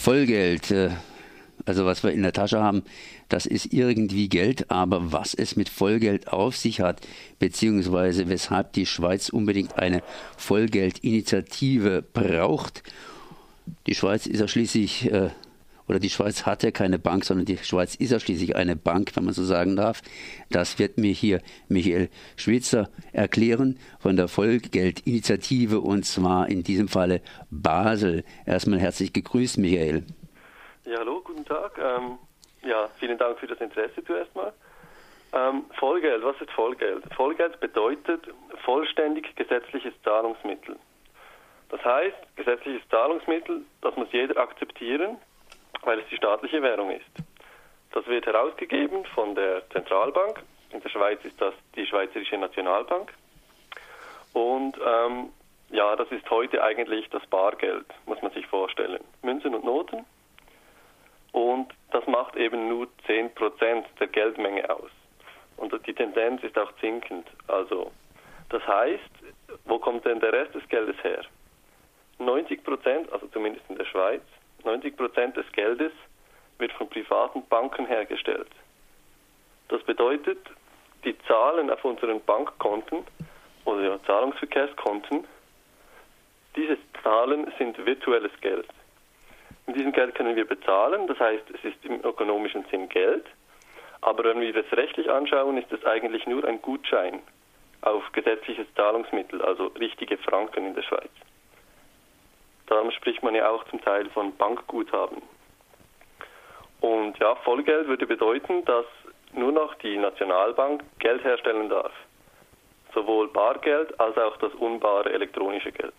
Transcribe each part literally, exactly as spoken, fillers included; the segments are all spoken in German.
Vollgeld, äh, also was wir in der Tasche haben, das ist irgendwie Geld, aber was es mit Vollgeld auf sich hat, beziehungsweise weshalb die Schweiz unbedingt eine Vollgeldinitiative braucht. Die Schweiz ist ja schließlich, äh, oder die Schweiz hat ja keine Bank, sondern die Schweiz ist ja schließlich eine Bank, wenn man so sagen darf. Das wird mir hier Michael Schwitzer erklären von der Vollgeldinitiative, und zwar in diesem Falle Basel. Erstmal herzlich gegrüßt, Michael. Ja, hallo, guten Tag. Ähm, ja, vielen Dank für das Interesse zuerst mal. Ähm, Vollgeld, was ist Vollgeld? Vollgeld bedeutet vollständig gesetzliches Zahlungsmittel. Das heißt, gesetzliches Zahlungsmittel, das muss jeder akzeptieren, weil es die staatliche Währung ist. Das wird herausgegeben von der Zentralbank. In der Schweiz ist das die Schweizerische Nationalbank. Und ähm, ja, das ist heute eigentlich das Bargeld, muss man sich vorstellen. Münzen und Noten. Und das macht eben nur zehn Prozent der Geldmenge aus. Und die Tendenz ist auch sinkend. Also, das heißt, wo kommt denn der Rest des Geldes her? neunzig Prozent, also zumindest in der Schweiz, neunzig Prozent des Geldes wird von privaten Banken hergestellt. Das bedeutet, die Zahlen auf unseren Bankkonten oder ja, Zahlungsverkehrskonten, diese Zahlen sind virtuelles Geld. Mit diesem Geld können wir bezahlen, das heißt, es ist im ökonomischen Sinn Geld, aber wenn wir das rechtlich anschauen, ist es eigentlich nur ein Gutschein auf gesetzliches Zahlungsmittel, also richtige Franken in der Schweiz. Darum spricht man ja auch zum Teil von Bankguthaben. Und ja, Vollgeld würde bedeuten, dass nur noch die Nationalbank Geld herstellen darf. Sowohl Bargeld als auch das unbare elektronische Geld.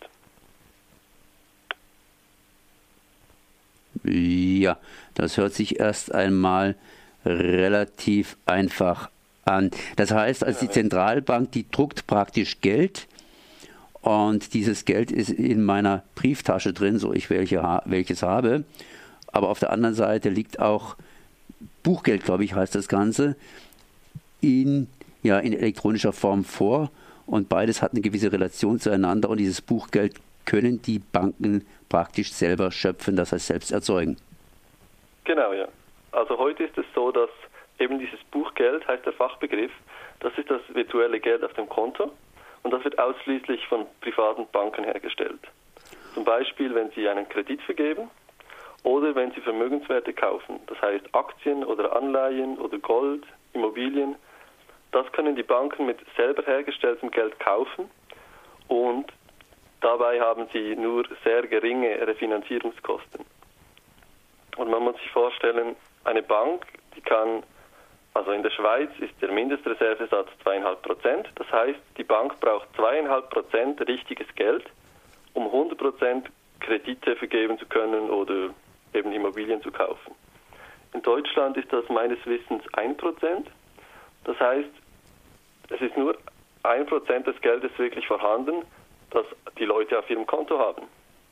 Ja, das hört sich erst einmal relativ einfach an. Das heißt, also die Zentralbank, die druckt praktisch Geld. Und dieses Geld ist in meiner Brieftasche drin, so ich welche ha- welches habe. Aber auf der anderen Seite liegt auch Buchgeld, glaube ich, heißt das Ganze, in, ja, in elektronischer Form vor. Und beides hat eine gewisse Relation zueinander. Und dieses Buchgeld können die Banken praktisch selber schöpfen, das heißt selbst erzeugen. Genau, ja. Also heute ist es so, dass eben dieses Buchgeld, heißt der Fachbegriff, das ist das virtuelle Geld auf dem Konto. Und das wird ausschließlich von privaten Banken hergestellt. Zum Beispiel, wenn Sie einen Kredit vergeben oder wenn Sie Vermögenswerte kaufen. Das heißt Aktien oder Anleihen oder Gold, Immobilien. Das können die Banken mit selber hergestelltem Geld kaufen. Und dabei haben sie nur sehr geringe Refinanzierungskosten. Und man muss sich vorstellen, eine Bank, die kann... Also in der Schweiz ist der Mindestreservesatz zwei Komma fünf Prozent. Das heißt, die Bank braucht zwei Komma fünf Prozent richtiges Geld, um hundert Prozent Kredite vergeben zu können oder eben Immobilien zu kaufen. In Deutschland ist das meines Wissens ein Prozent. Das heißt, es ist nur ein Prozent des Geldes wirklich vorhanden, das die Leute auf ihrem Konto haben.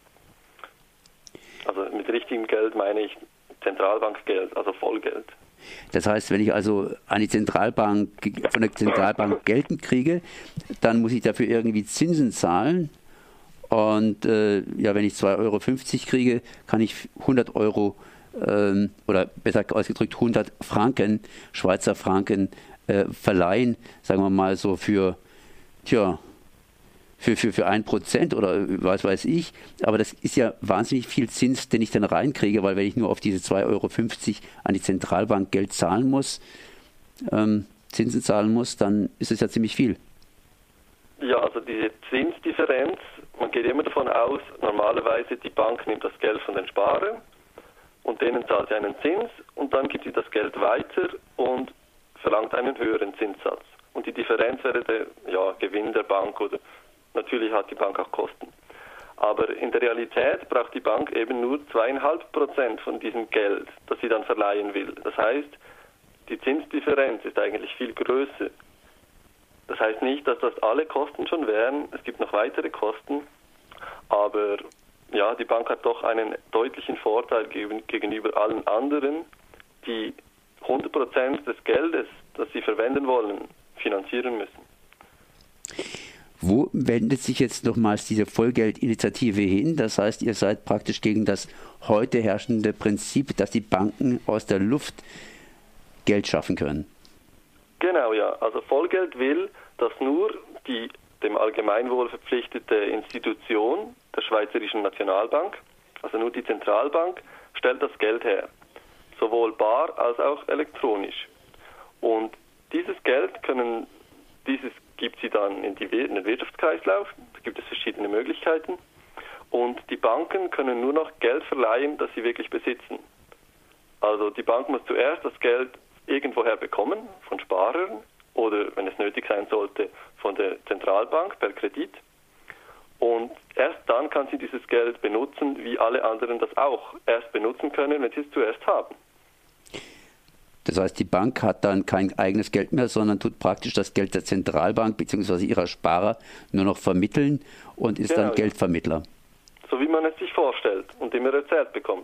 Also mit richtigem Geld meine ich Zentralbankgeld, also Vollgeld. Das heißt, wenn ich also an die Zentralbank, von der Zentralbank Geld kriege, dann muss ich dafür irgendwie Zinsen zahlen. Und äh, ja, wenn ich zwei Euro fünfzig kriege, kann ich hundert Euro ähm, oder besser ausgedrückt hundert Franken, Schweizer Franken äh, verleihen, sagen wir mal so für, tja, für, für, für ein Prozent oder was weiß ich. Aber das ist ja wahnsinnig viel Zins, den ich dann reinkriege, weil wenn ich nur auf diese zwei Euro fünfzig an die Zentralbank Geld zahlen muss, ähm, Zinsen zahlen muss, dann ist es ja ziemlich viel. Ja, also diese Zinsdifferenz, man geht immer davon aus, normalerweise die Bank nimmt das Geld von den Sparern und denen zahlt sie einen Zins und dann gibt sie das Geld weiter und verlangt einen höheren Zinssatz. Und die Differenz wäre der ja, Gewinn der Bank oder natürlich hat die Bank auch Kosten. Aber in der Realität braucht die Bank eben nur zwei Komma fünf Prozent von diesem Geld, das sie dann verleihen will. Das heißt, die Zinsdifferenz ist eigentlich viel größer. Das heißt nicht, dass das alle Kosten schon wären. Es gibt noch weitere Kosten. Aber ja, die Bank hat doch einen deutlichen Vorteil gegenüber allen anderen, die hundert Prozent des Geldes, das sie verwenden wollen, finanzieren müssen. Wo wendet sich jetzt nochmals diese Vollgeldinitiative hin? Das heißt, ihr seid praktisch gegen das heute herrschende Prinzip, dass die Banken aus der Luft Geld schaffen können. Genau, ja. Also Vollgeld will, dass nur die dem Allgemeinwohl verpflichtete Institution der Schweizerischen Nationalbank, also nur die Zentralbank, stellt das Geld her. Sowohl bar als auch elektronisch. Und dieses Geld können, dieses gibt sie dann in, die, in den Wirtschaftskreislauf. Da gibt es verschiedene Möglichkeiten. Und die Banken können nur noch Geld verleihen, das sie wirklich besitzen. Also die Bank muss zuerst das Geld irgendwoher bekommen, von Sparern oder, wenn es nötig sein sollte, von der Zentralbank per Kredit. Und erst dann kann sie dieses Geld benutzen, wie alle anderen das auch erst benutzen können, wenn sie es zuerst haben. Das heißt, die Bank hat dann kein eigenes Geld mehr, sondern tut praktisch das Geld der Zentralbank bzw. ihrer Sparer nur noch vermitteln und ist genau, dann Geldvermittler. So wie man es sich vorstellt und immer erzählt bekommt.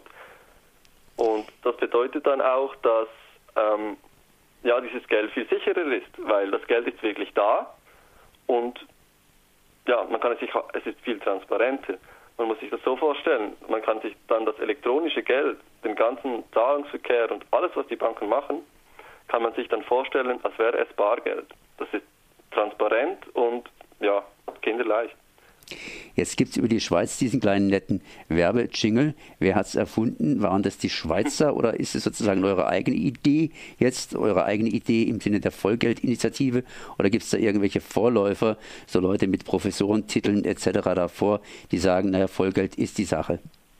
Und das bedeutet dann auch, dass ähm, ja, dieses Geld viel sicherer ist, weil das Geld ist wirklich da und ja, man kann es sich, es ist viel transparenter. Man muss sich das so vorstellen, man kann sich dann das elektronische Geld, den ganzen Zahlungsverkehr und alles, was die Banken machen, kann man sich dann vorstellen, als wäre es Bargeld. Das ist transparent und ja, kinderleicht. Jetzt gibt es über die Schweiz diesen kleinen netten Werbejingle. Wer hat es erfunden? Waren das die Schweizer oder ist es sozusagen eure eigene Idee jetzt, eure eigene Idee im Sinne der Vollgeldinitiative? Oder gibt es da irgendwelche Vorläufer, so Leute mit Professorentiteln et cetera davor, die sagen, naja, Vollgeld ist die Sache?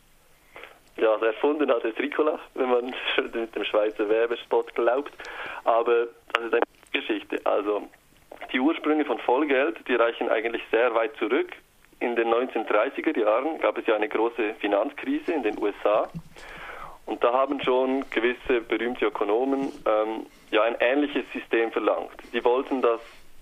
Ja, also erfunden hat es Ricola, wenn man mit dem Schweizer Werbespot glaubt. Aber das ist eine Geschichte. Also die Ursprünge von Vollgeld, die reichen eigentlich sehr weit zurück. In den neunzehnhundertdreißiger Jahren gab es ja eine große Finanzkrise in den U S A und da haben schon gewisse berühmte Ökonomen ähm, ja ein ähnliches System verlangt. Die wollten, dass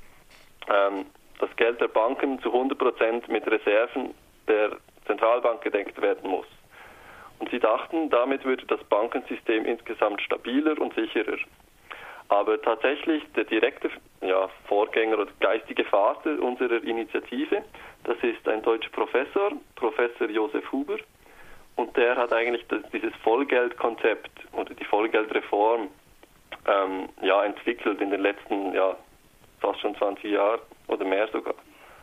ähm, das Geld der Banken zu hundert Prozent mit Reserven der Zentralbank gedeckt werden muss. Und sie dachten, damit würde das Bankensystem insgesamt stabiler und sicherer. Aber tatsächlich der direkte ja, Vorgänger oder geistige Vater unserer Initiative, das ist ein deutscher Professor, Professor Josef Huber, und der hat eigentlich das, dieses Vollgeldkonzept oder die Vollgeldreform ähm, ja, entwickelt in den letzten ja, fast schon zwanzig Jahren oder mehr sogar.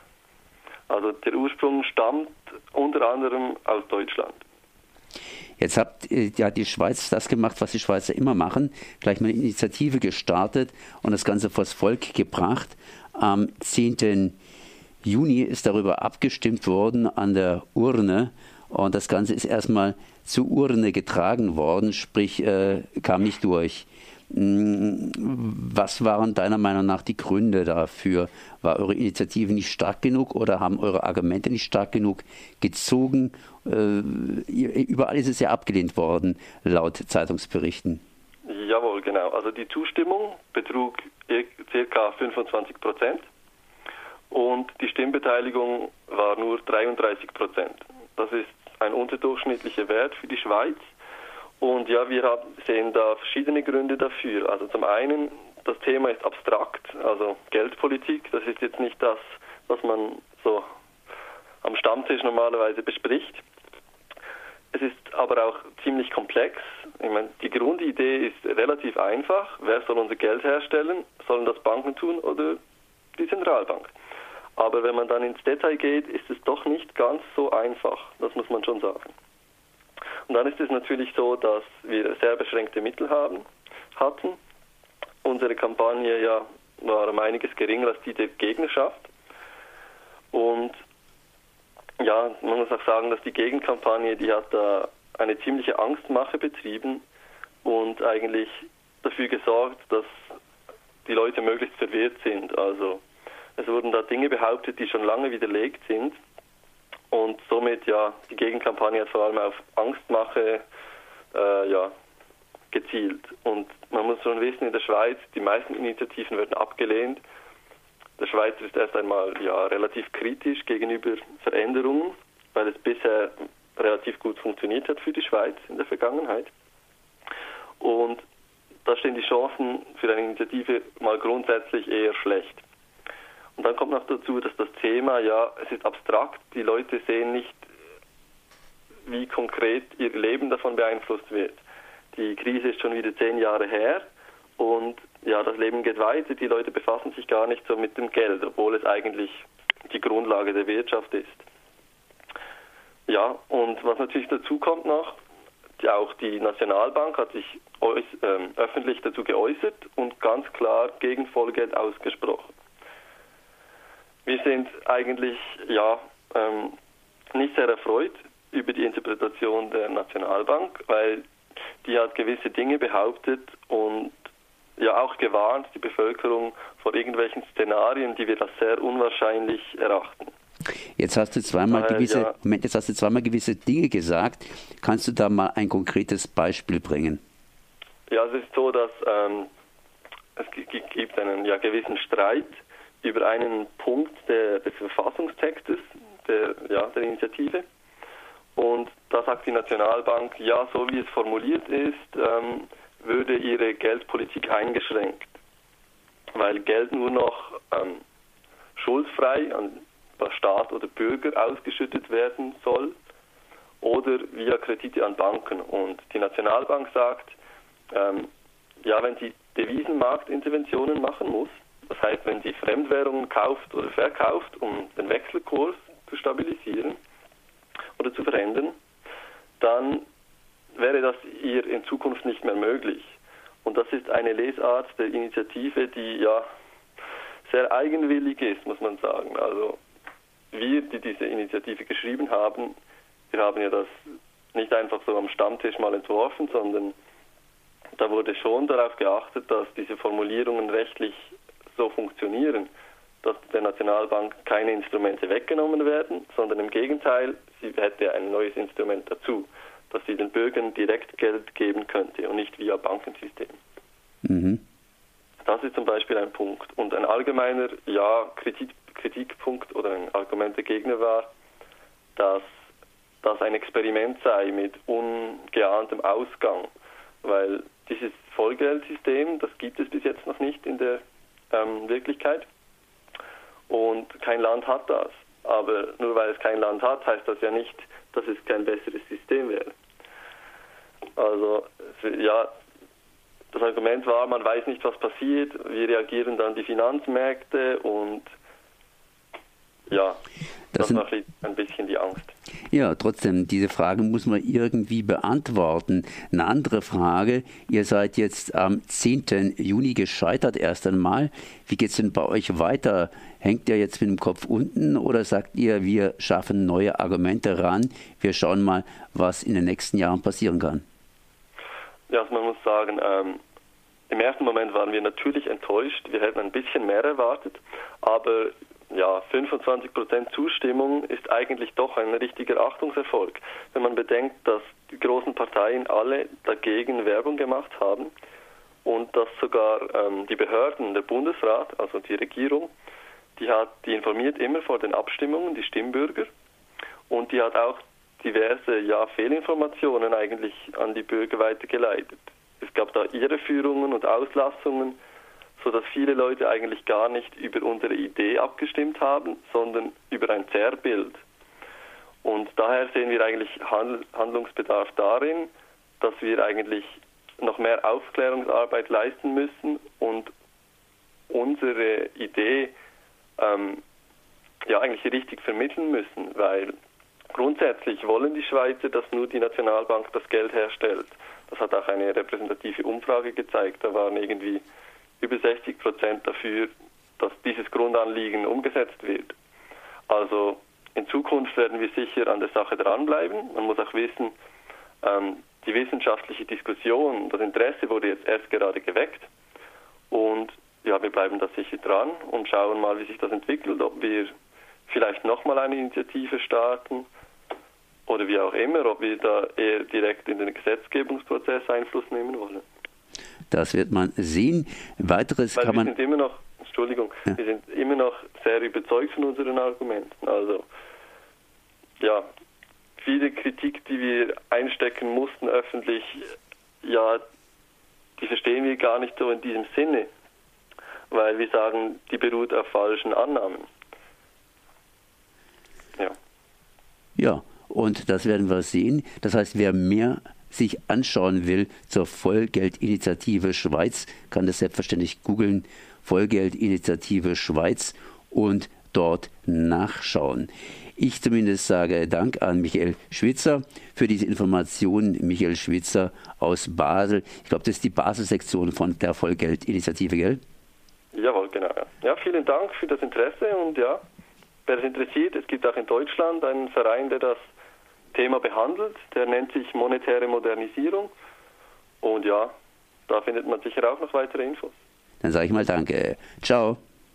Also der Ursprung stammt unter anderem aus Deutschland. Jetzt hat ja die Schweiz das gemacht, was die Schweizer immer machen, gleich mal eine Initiative gestartet und das Ganze vors Volk gebracht. Am zehnten Juni ist darüber abgestimmt worden an der Urne und das Ganze ist erstmal zur Urne getragen worden, sprich äh, kam nicht durch. Was waren deiner Meinung nach die Gründe dafür? War eure Initiative nicht stark genug oder haben eure Argumente nicht stark genug gezogen? Überall ist es ja abgelehnt worden, laut Zeitungsberichten. Jawohl, genau. Also die Zustimmung betrug ca. fünfundzwanzig Prozent und die Stimmbeteiligung war nur dreiunddreißig Prozent. Das ist ein unterdurchschnittlicher Wert für die Schweiz. Und ja, wir haben, sehen da verschiedene Gründe dafür. Also zum einen, das Thema ist abstrakt, also Geldpolitik, das ist jetzt nicht das, was man so am Stammtisch normalerweise bespricht. Es ist aber auch ziemlich komplex. Ich meine, die Grundidee ist relativ einfach. Wer soll unser Geld herstellen? Sollen das Banken tun oder die Zentralbank? Aber wenn man dann ins Detail geht, ist es doch nicht ganz so einfach. Das muss man schon sagen. Und dann ist es natürlich so, dass wir sehr beschränkte Mittel haben, hatten. Unsere Kampagne ja war um einiges geringer als die der Gegnerschaft. Und ja, man muss auch sagen, dass die Gegenkampagne, die hat da eine ziemliche Angstmache betrieben und eigentlich dafür gesorgt, dass die Leute möglichst verwirrt sind. Also es wurden da Dinge behauptet, die schon lange widerlegt sind. Und somit, ja, die Gegenkampagne hat vor allem auf Angstmache äh, ja, gezielt. Und man muss schon wissen, in der Schweiz, die meisten Initiativen werden abgelehnt. Der Schweizer ist erst einmal ja, relativ kritisch gegenüber Veränderungen, weil es bisher relativ gut funktioniert hat für die Schweiz in der Vergangenheit. Und da stehen die Chancen für eine Initiative mal grundsätzlich eher schlecht. Und Und dann kommt noch dazu, dass das Thema, ja, es ist abstrakt, die Leute sehen nicht, wie konkret ihr Leben davon beeinflusst wird. Die Krise ist schon wieder zehn Jahre her und ja, das Leben geht weiter, die Leute befassen sich gar nicht so mit dem Geld, obwohl es eigentlich die Grundlage der Wirtschaft ist. Ja, und was natürlich dazu kommt noch, die, auch die Nationalbank hat sich äuß, ähm, öffentlich dazu geäußert und ganz klar gegen Vollgeld ausgesprochen. Wir sind eigentlich ja ähm, nicht sehr erfreut über die Interpretation der Nationalbank, weil die hat gewisse Dinge behauptet und ja auch gewarnt, die Bevölkerung vor irgendwelchen Szenarien, die wir als sehr unwahrscheinlich erachten. Jetzt hast du zweimal Daher, gewisse, ja, Moment, jetzt hast du zweimal gewisse Dinge gesagt. Kannst du da mal ein konkretes Beispiel bringen? Ja, es ist so, dass ähm, es g- gibt einen ja, gewissen Streit über einen Punkt der, des Verfassungstextes der, ja, der Initiative. Und da sagt die Nationalbank, ja, so wie es formuliert ist, ähm, würde ihre Geldpolitik eingeschränkt, weil Geld nur noch ähm, schuldfrei an Staat oder Bürger ausgeschüttet werden soll oder via Kredite an Banken. Und die Nationalbank sagt, ähm, ja, wenn sie Devisenmarktinterventionen machen muss, das heißt, wenn sie Fremdwährungen kauft oder verkauft, um den Wechselkurs zu stabilisieren oder zu verändern, dann wäre das ihr in Zukunft nicht mehr möglich. Und das ist eine Lesart der Initiative, die ja sehr eigenwillig ist, muss man sagen. Also wir, die diese Initiative geschrieben haben, wir haben ja das nicht einfach so am Stammtisch mal entworfen, sondern da wurde schon darauf geachtet, dass diese Formulierungen rechtlich so funktionieren, dass der Nationalbank keine Instrumente weggenommen werden, sondern im Gegenteil, sie hätte ein neues Instrument dazu, dass sie den Bürgern direkt Geld geben könnte und nicht via Bankensystem. Mhm. Das ist zum Beispiel ein Punkt. Und ein allgemeiner ja, Kritik, Kritikpunkt oder ein Argument der Gegner war, dass das ein Experiment sei mit ungeahntem Ausgang, weil dieses Vollgeldsystem, das gibt es bis jetzt noch nicht in der ähm, Wirklichkeit und kein Land hat das. Aber nur weil es kein Land hat, heißt das ja nicht, dass es kein besseres System wäre. Also ja, das Argument war, man weiß nicht, was passiert, wie reagieren dann die Finanzmärkte und ja, das, das macht ein bisschen die Angst. Ja, trotzdem, diese Frage muss man irgendwie beantworten. Eine andere Frage, ihr seid jetzt am zehnten Juni gescheitert erst einmal. Wie geht es denn bei euch weiter? Hängt ihr jetzt mit dem Kopf unten oder sagt ihr, wir schaffen neue Argumente ran, wir schauen mal, was in den nächsten Jahren passieren kann? Ja, also man muss sagen, ähm, im ersten Moment waren wir natürlich enttäuscht. Wir hätten ein bisschen mehr erwartet, aber ja, fünfundzwanzig Prozent Zustimmung ist eigentlich doch ein richtiger Achtungserfolg. Wenn man bedenkt, dass die großen Parteien alle dagegen Werbung gemacht haben und dass sogar ähm, die Behörden, der Bundesrat, also die Regierung, die hat, die informiert immer vor den Abstimmungen die Stimmbürger und die hat auch diverse ja, Fehlinformationen eigentlich an die Bürger weitergeleitet. Es gab da Irreführungen und Auslassungen, sodass viele Leute eigentlich gar nicht über unsere Idee abgestimmt haben, sondern über ein Zerrbild. Und daher sehen wir eigentlich Handlungsbedarf darin, dass wir eigentlich noch mehr Aufklärungsarbeit leisten müssen und unsere Idee ähm, ja eigentlich richtig vermitteln müssen, weil grundsätzlich wollen die Schweizer, dass nur die Nationalbank das Geld herstellt. Das hat auch eine repräsentative Umfrage gezeigt. Da waren irgendwie über sechzig Prozent dafür, dass dieses Grundanliegen umgesetzt wird. Also in Zukunft werden wir sicher an der Sache dranbleiben. Man muss auch wissen, ähm, die wissenschaftliche Diskussion, das Interesse wurde jetzt erst gerade geweckt. Und ja, wir bleiben da sicher dran und schauen mal, wie sich das entwickelt, ob wir vielleicht nochmal eine Initiative starten oder wie auch immer, ob wir da eher direkt in den Gesetzgebungsprozess Einfluss nehmen wollen. Das wird man sehen. Weiteres Weil kann wir man... sind immer noch, Entschuldigung, ja. wir sind immer noch sehr überzeugt von unseren Argumenten. Also, ja, viele Kritik, die wir einstecken mussten öffentlich, ja, die verstehen wir gar nicht so in diesem Sinne. weil wir sagen, die beruht auf falschen Annahmen. Ja. Ja, und das werden wir sehen. Das heißt, wer mehr sich anschauen will zur Vollgeldinitiative Schweiz, kann das selbstverständlich googeln, Vollgeldinitiative Schweiz, und dort nachschauen. Ich zumindest sage Dank an Michael Schwitzer für diese Informationen. Michael Schwitzer aus Basel. Ich glaube, das ist die Basel-Sektion von der Vollgeldinitiative, gell? Jawohl, genau. Ja. ja, vielen Dank für das Interesse und ja, wer es interessiert, es gibt auch in Deutschland einen Verein, der das Thema behandelt. Der nennt sich Monetäre Modernisierung und ja, da findet man sicher auch noch weitere Infos. Dann sage ich mal Danke. Ciao.